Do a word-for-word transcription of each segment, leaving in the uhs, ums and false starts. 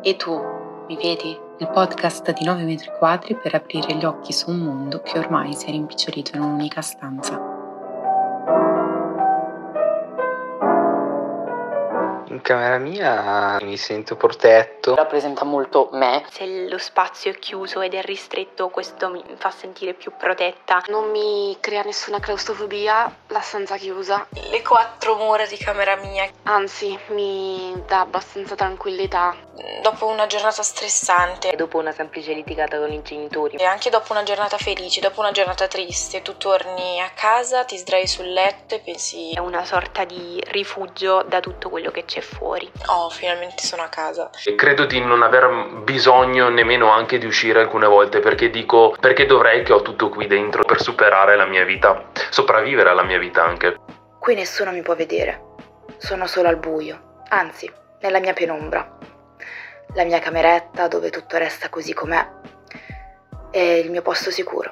E tu, mi vedi? Il podcast di nove metri quadri per aprire gli occhi su un mondo che ormai si è rimpicciolito in un'unica stanza. In camera mia mi sento protetto. Rappresenta molto me. Se lo spazio è chiuso ed è ristretto, questo mi fa sentire più protetta. Non mi crea nessuna claustrofobia la stanza chiusa. Le quattro mura di camera mia. Anzi, mi dà abbastanza tranquillità. Dopo una giornata stressante, dopo una semplice litigata con i genitori, e anche dopo una giornata felice, dopo una giornata triste, tu torni a casa, ti sdrai sul letto e pensi: è una sorta di rifugio da tutto quello che c'è fuori. Oh, finalmente sono a casa. E credo di non aver bisogno nemmeno anche di uscire alcune volte, perché dico: perché dovrei, che ho tutto qui dentro per superare la mia vita, sopravvivere alla mia vita anche. Qui nessuno mi può vedere, sono solo al buio, anzi, nella mia penombra. La mia cameretta dove tutto resta così com'è è il mio posto sicuro.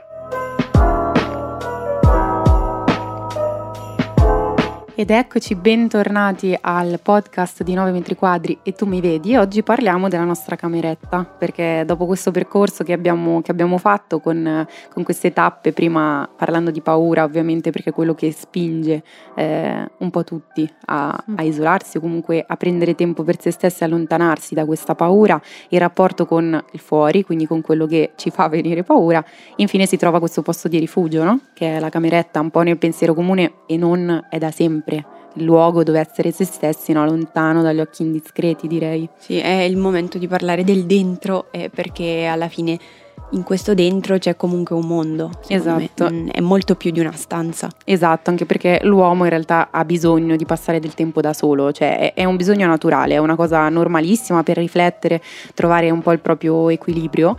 Ed eccoci bentornati al podcast di nove metri quadri e tu mi vedi. Oggi parliamo della nostra cameretta, perché dopo questo percorso che abbiamo, che abbiamo fatto con, con queste tappe, prima parlando di paura ovviamente, perché è quello che spinge eh, un po' tutti a, a isolarsi o comunque a prendere tempo per se stessi, allontanarsi da questa paura, il rapporto con il fuori, quindi con quello che ci fa venire paura. Infine si trova questo posto di rifugio, no? Che è la cameretta, un po' nel pensiero comune e non è da sempre il luogo dove essere se stessi, no? Lontano dagli occhi indiscreti, direi. Sì, è il momento di parlare del dentro, eh, perché alla fine in questo dentro c'è comunque un mondo. Esatto. Me. È molto più di una stanza. Esatto, anche perché l'uomo in realtà ha bisogno di passare del tempo da solo, cioè è, è un bisogno naturale, è una cosa normalissima per riflettere, trovare un po' il proprio equilibrio.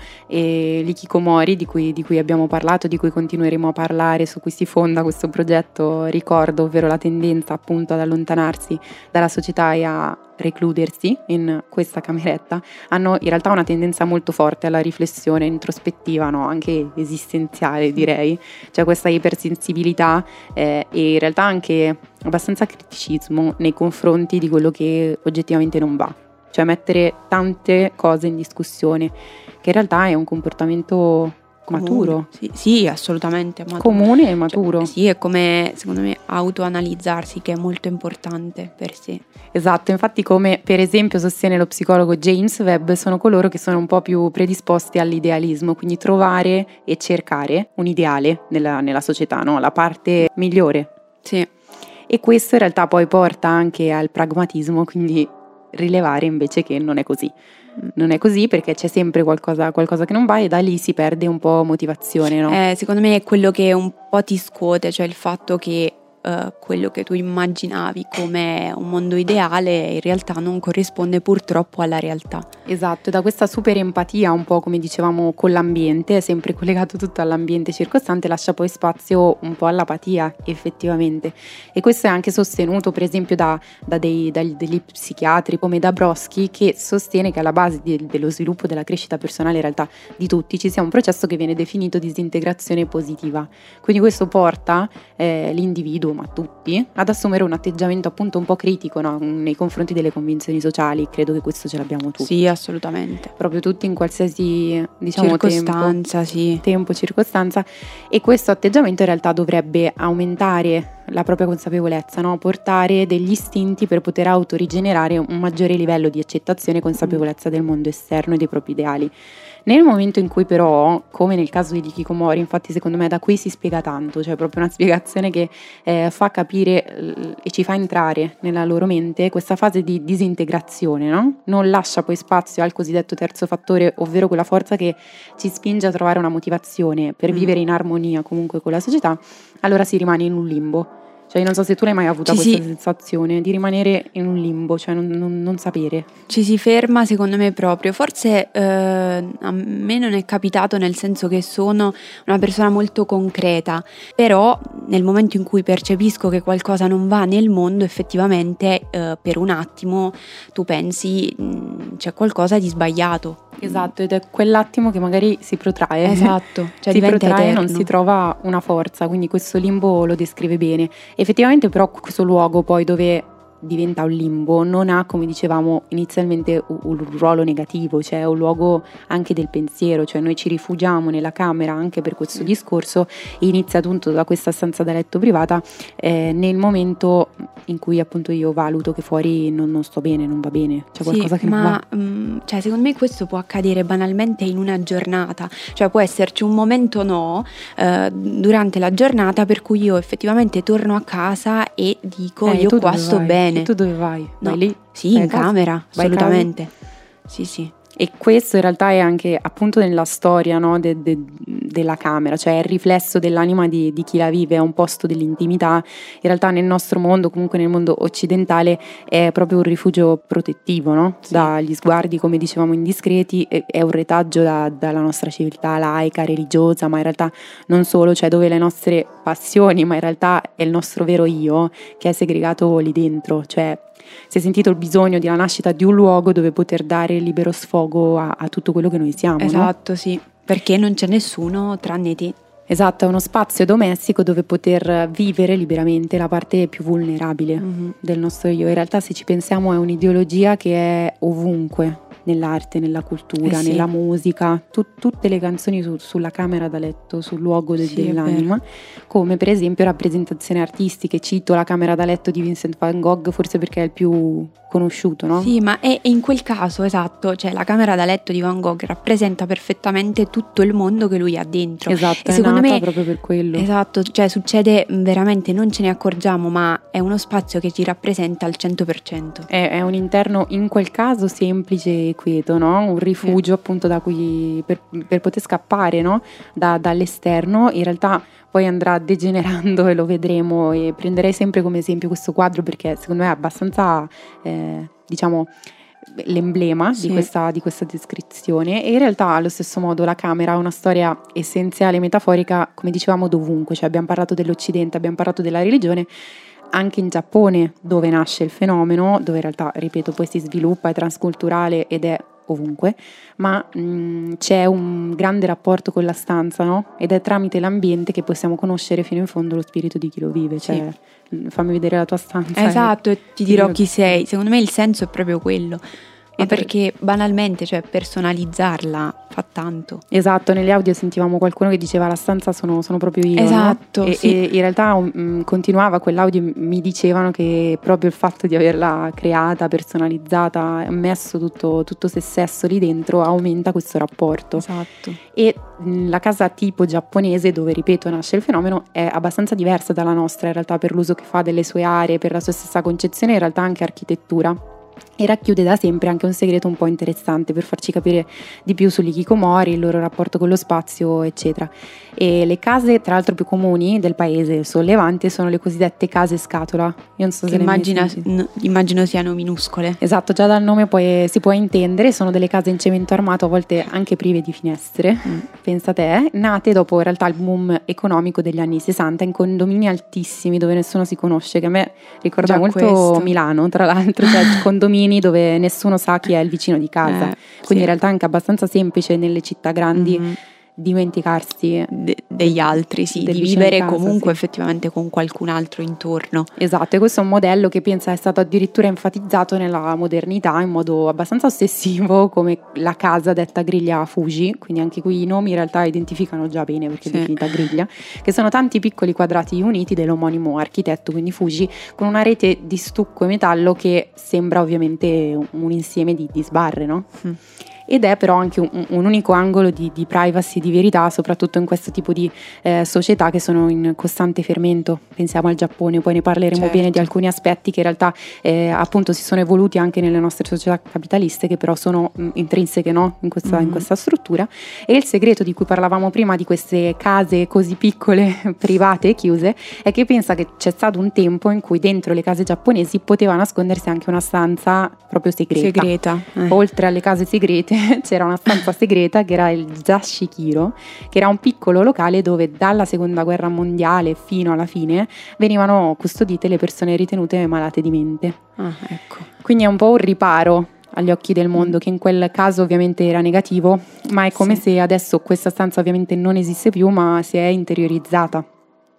E l'Hikikomori, di cui, di cui abbiamo parlato, di cui continueremo a parlare, su cui si fonda questo progetto Ricordo, ovvero la tendenza appunto ad allontanarsi dalla società e a recludersi in questa cameretta, hanno in realtà una tendenza molto forte alla riflessione introspettiva, no? Anche esistenziale, direi, cioè questa ipersensibilità eh, e in realtà anche abbastanza criticismo nei confronti di quello che oggettivamente non va, cioè mettere tante cose in discussione, che in realtà è un comportamento maturo. Sì, sì, assolutamente maturo. Comune e maturo. Cioè, sì, è come, secondo me, autoanalizzarsi, che è molto importante per sé. Esatto, infatti, come per esempio sostiene lo psicologo James Webb, sono coloro che sono un po' più predisposti all'idealismo, quindi trovare e cercare un ideale nella, nella società, no? La parte migliore. Sì. E questo in realtà poi porta anche al pragmatismo, quindi rilevare invece che non è così. Non è così, perché c'è sempre qualcosa, qualcosa che non va, e da lì si perde un po' motivazione, no? Eh, secondo me è quello che un po' ti scuote, cioè il fatto che uh, quello che tu immaginavi come un mondo ideale in realtà non corrisponde purtroppo alla realtà. Esatto, da questa super empatia, un po' come dicevamo con l'ambiente, sempre collegato tutto all'ambiente circostante, lascia poi spazio un po' all'apatia, effettivamente. E questo è anche sostenuto per esempio da, da dei, da, degli psichiatri come Dabrowski, che sostiene che alla base di, dello sviluppo della crescita personale in realtà di tutti ci sia un processo che viene definito disintegrazione positiva. Quindi questo porta eh, l'individuo, ma tutti, ad assumere un atteggiamento appunto un po' critico, no? Nei confronti delle convenzioni sociali. Credo che questo ce l'abbiamo tutti. Sì, assolutamente. Proprio tutti, in qualsiasi, diciamo, circostanza, tempo, sì. tempo, circostanza. E questo atteggiamento in realtà dovrebbe aumentare la propria consapevolezza, no? Portare degli istinti per poter autorigenerare un maggiore livello di accettazione e consapevolezza del mondo esterno e dei propri ideali. Nel momento in cui però, come nel caso di Hikikomori, infatti secondo me da qui si spiega tanto, cioè proprio una spiegazione che eh, fa capire eh, e ci fa entrare nella loro mente questa fase di disintegrazione, no? Non lascia poi spazio al cosiddetto terzo fattore, ovvero quella forza che ci spinge a trovare una motivazione per mm. vivere in armonia comunque con la società. Allora si rimane in un limbo. Cioè, non so se tu l'hai mai avuta ci questa si... sensazione di rimanere in un limbo, cioè non, non, non sapere. Ci si ferma, secondo me, proprio. Forse eh, a me non è capitato, nel senso che sono una persona molto concreta, però nel momento in cui percepisco che qualcosa non va nel mondo, effettivamente eh, per un attimo tu pensi mh, c'è qualcosa di sbagliato. Esatto, ed è quell'attimo che magari si protrae. Esatto, cioè si diventa protrae e eterno. non si trova una forza, quindi questo limbo lo descrive bene. Effettivamente però questo luogo poi dove diventa un limbo, non ha, come dicevamo inizialmente, un, un ruolo negativo, cioè è un luogo anche del pensiero, cioè noi ci rifugiamo nella camera anche per questo discorso. Inizia appunto da questa stanza da letto privata eh, nel momento in cui appunto io valuto che fuori non, non sto bene, non va bene, c'è qualcosa sì, che non ma, va. Mh, cioè, secondo me questo può accadere banalmente in una giornata, cioè può esserci un momento no eh, durante la giornata per cui io effettivamente torno a casa e dico Eh, io tu qua dove sto vai? bene. E tu dove vai? No. Vai lì? Sì, Vai in a casa? camera, Vai a casa? assolutamente. Sì, sì. E questo in realtà è anche appunto nella storia, no, de, de, della camera, cioè è il riflesso dell'anima di, di chi la vive, è un posto dell'intimità. In realtà nel nostro mondo, comunque nel mondo occidentale, è proprio un rifugio protettivo, no? Sì. Dagli sguardi, come dicevamo, indiscreti, è, è un retaggio da, dalla nostra civiltà laica, religiosa, ma in realtà non solo, cioè dove le nostre passioni, ma in realtà è il nostro vero io che è segregato lì dentro, cioè si è sentito il bisogno della nascita di un luogo dove poter dare libero sfogo a, a tutto quello che noi siamo. Esatto, no? sì, perché non c'è nessuno tranne te. Esatto, è uno spazio domestico dove poter vivere liberamente la parte più vulnerabile mm-hmm. del nostro io. In realtà, se ci pensiamo, è un'ideologia che è ovunque, nell'arte, nella cultura, eh sì. nella musica, tu, tutte le canzoni su, sulla camera da letto, sul luogo de, sì, dell'anima, come per esempio rappresentazioni artistiche. Cito la camera da letto di Vincent van Gogh, forse perché è il più conosciuto, no? Sì, ma è, è in quel caso, esatto, cioè la camera da letto di Van Gogh rappresenta perfettamente tutto il mondo che lui ha dentro. Esatto, e è secondo nata me proprio per quello. Esatto, cioè succede veramente, non ce ne accorgiamo, ma è uno spazio che ci rappresenta al cento per cento. È, è un interno in quel caso semplice e quieto, no? Un rifugio sì. appunto da cui per, per poter scappare, no? da, dall'esterno. In realtà poi andrà degenerando e lo vedremo, e prenderei sempre come esempio questo quadro perché secondo me è abbastanza eh, diciamo l'emblema sì. di, questa, di questa descrizione. E in realtà allo stesso modo la camera ha una storia essenziale, metaforica, come dicevamo, dovunque, cioè abbiamo parlato dell'Occidente, abbiamo parlato della religione. Anche in Giappone, dove nasce il fenomeno, dove in realtà, ripeto, poi si sviluppa, è transculturale ed è ovunque, ma mh, c'è un grande rapporto con la stanza, no? Ed è tramite l'ambiente che possiamo conoscere fino in fondo lo spirito di chi lo vive, cioè sì. fammi vedere la tua stanza. Esatto, e ti dirò chi sei. Secondo me il senso è proprio quello. Ma perché banalmente, cioè personalizzarla fa tanto. Esatto, negli audio sentivamo qualcuno che diceva la stanza sono, sono proprio io. Esatto, no? e, sì. e in realtà um, continuava quell'audio, mi dicevano che proprio il fatto di averla creata, personalizzata, messo tutto, tutto se stesso lì dentro aumenta questo rapporto. Esatto. E mh, la casa tipo giapponese, dove ripeto nasce il fenomeno, è abbastanza diversa dalla nostra in realtà, per l'uso che fa delle sue aree, per la sua stessa concezione, in realtà anche architettura. E racchiude da sempre anche un segreto un po' interessante per farci capire di più sugli hikikomori, il loro rapporto con lo spazio, eccetera. E le case, tra l'altro, più comuni del paese, sul Levante, sono le cosiddette case scatola. Io non so se le immagina, n- immagino siano minuscole. Esatto, già dal nome poi si può intendere, sono delle case in cemento armato, a volte anche prive di finestre, mm. pensa te, nate dopo in realtà il boom economico degli anni sessanta, in condomini altissimi dove nessuno si conosce, che a me ricorda già molto questo. Milano, tra l'altro, cioè condomini dove nessuno sa chi è il vicino di casa, eh, quindi sì. in realtà è anche abbastanza semplice nelle città grandi mm-hmm. dimenticarsi De- degli altri, sì, di vivere casa, comunque sì. effettivamente con qualcun altro intorno. Esatto, e questo è un modello che pensa è stato addirittura enfatizzato nella modernità in modo abbastanza ossessivo, come la casa detta griglia Fuji, quindi anche qui i nomi in realtà identificano già bene perché sì. è definita griglia, che sono tanti piccoli quadrati uniti dell'omonimo architetto, quindi Fuji, con una rete di stucco e metallo che sembra ovviamente un insieme di, di sbarre, no? Mm. Ed è però anche un, un unico angolo di, di privacy, di verità, soprattutto in questo tipo di eh, società che sono in costante fermento. Pensiamo al Giappone, poi ne parleremo certo. bene di alcuni aspetti che in realtà eh, appunto si sono evoluti anche nelle nostre società capitaliste, che però sono mh, intrinseche, no? in, questa, mm-hmm. in questa struttura. E il segreto di cui parlavamo prima, di queste case così piccole, private e chiuse, è che pensa che c'è stato un tempo in cui dentro le case giapponesi poteva nascondersi anche una stanza proprio segreta. Segreta. Eh. Oltre alle case segrete c'era una stanza segreta che era il Zashikiro, che era un piccolo locale dove dalla seconda guerra mondiale fino alla fine venivano custodite le persone ritenute malate di mente. Ah, ecco. Quindi è un po' un riparo agli occhi del mondo, che in quel caso ovviamente era negativo, ma è come sì. se adesso questa stanza ovviamente non esiste più, ma si è interiorizzata.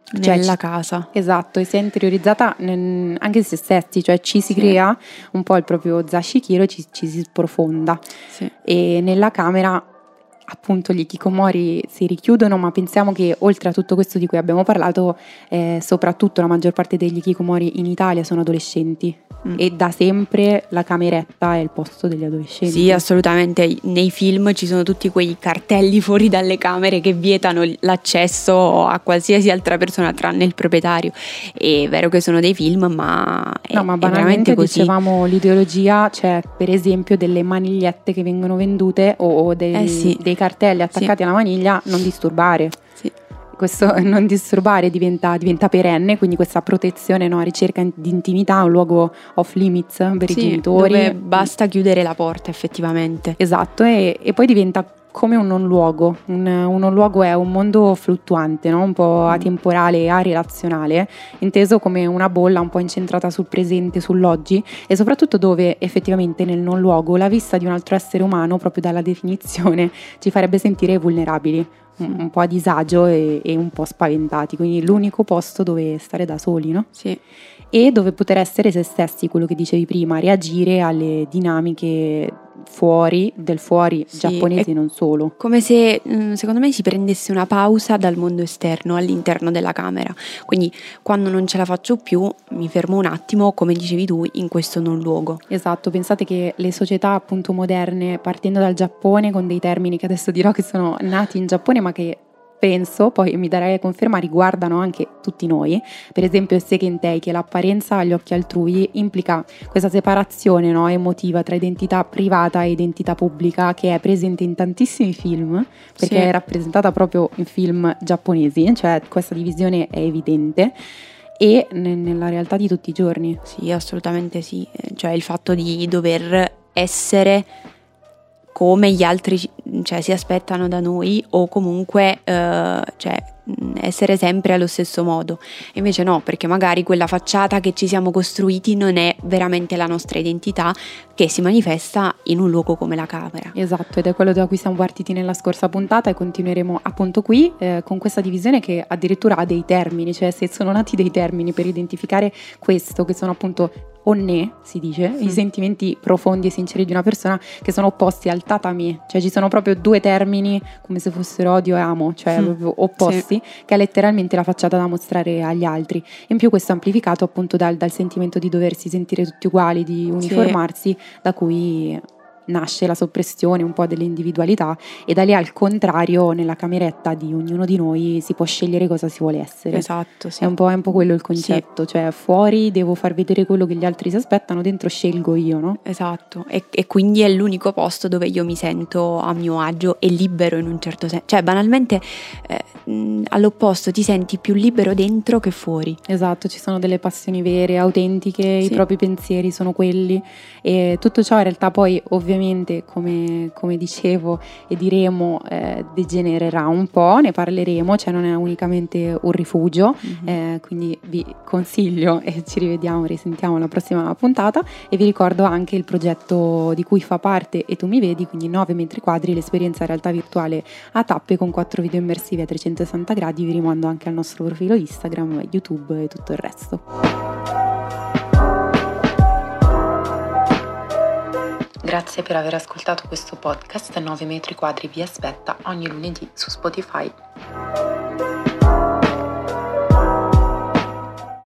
cioè, nella ci, casa. Esatto, e si è interiorizzata nel, anche se stessi, cioè ci si Sì. crea un po' il proprio Zashikiro e ci, ci si sprofonda. Sì. E nella camera appunto gli hikikomori si richiudono, ma pensiamo che oltre a tutto questo di cui abbiamo parlato, eh, soprattutto la maggior parte degli hikikomori in Italia sono adolescenti. Mm. E da sempre la cameretta è il posto degli adolescenti. Sì, assolutamente. Nei film ci sono tutti quei cartelli fuori dalle camere che vietano l'accesso a qualsiasi altra persona tranne il proprietario. È vero che sono dei film, ma è, no, ma è banalmente veramente così. Dicevamo l'ideologia, c'è per esempio delle manigliette che vengono vendute o, o dei, Eh sì. dei cartelli attaccati sì. alla maniglia, non disturbare. Sì. Questo non disturbare diventa, diventa perenne, quindi questa protezione, no, ricerca di intimità, un luogo off limits per sì, i genitori. Dove basta chiudere la porta effettivamente. Esatto, e, e poi diventa come un non luogo. Un, un non luogo è un mondo fluttuante, no? Un po' atemporale e arelazionale, inteso come una bolla un po' incentrata sul presente, sull'oggi, e soprattutto dove effettivamente nel non luogo la vista di un altro essere umano, proprio dalla definizione, ci farebbe sentire vulnerabili, un, un po' a disagio e, e un po' spaventati, quindi l'unico posto dove stare da soli, no? Sì. E dove poter essere se stessi, quello che dicevi prima, reagire alle dinamiche fuori, del fuori sì, giapponesi, non solo. Come se secondo me si prendesse una pausa dal mondo esterno all'interno della camera, quindi quando non ce la faccio più mi fermo un attimo, come dicevi tu, in questo non luogo. Esatto, pensate che le società appunto moderne, partendo dal Giappone, con dei termini che adesso dirò che sono nati in Giappone ma che penso, poi mi darai a conferma, riguardano anche tutti noi. Per esempio il Sekentei, che l'apparenza agli occhi altrui implica questa separazione, no, emotiva tra identità privata e identità pubblica, che è presente in tantissimi film, perché sì. è rappresentata proprio in film giapponesi, cioè questa divisione è evidente. E nella realtà di tutti i giorni. Sì, assolutamente sì, cioè il fatto di dover essere come gli altri, cioè, si aspettano da noi, o comunque eh, cioè, essere sempre allo stesso modo. E invece no, perché magari quella facciata che ci siamo costruiti non è veramente la nostra identità, che si manifesta in un luogo come la camera. Esatto, ed è quello da cui siamo partiti nella scorsa puntata e continueremo appunto qui eh, con questa divisione che addirittura ha dei termini, cioè se sono nati dei termini per identificare questo, che sono appunto onne, si dice, mm. i sentimenti profondi e sinceri di una persona, che sono opposti al tatami, cioè ci sono proprio due termini come se fossero odio e amo, cioè mm. proprio opposti, sì. che è letteralmente la facciata da mostrare agli altri. In più questo è amplificato appunto dal, dal sentimento di doversi sentire tutti uguali, di uniformarsi, sì. da cui nasce la soppressione un po' dell'individualità, e da lì al contrario nella cameretta di ognuno di noi si può scegliere cosa si vuole essere. Esatto, sì. È un po', è un po' quello il concetto, sì. cioè fuori devo far vedere quello che gli altri si aspettano, dentro scelgo io, no? Esatto, e, e quindi è l'unico posto dove io mi sento a mio agio e libero in un certo senso, cioè banalmente eh, all'opposto ti senti più libero dentro che fuori. Esatto, ci sono delle passioni vere, autentiche, sì. i propri pensieri sono quelli, e tutto ciò in realtà poi ovviamente come, come dicevo e diremo eh, degenererà un po', ne parleremo, cioè non è unicamente un rifugio, mm-hmm. eh, quindi vi consiglio e ci rivediamo, risentiamo alla prossima puntata, e vi ricordo anche il progetto di cui fa parte E tu mi vedi, quindi nove metri quadri, l'esperienza in realtà virtuale a tappe con quattro video immersivi a trecentosessanta gradi. Vi rimando anche al nostro profilo Instagram, YouTube e tutto il resto. Grazie per aver ascoltato questo podcast. nove metri quadri vi aspetta ogni lunedì su Spotify.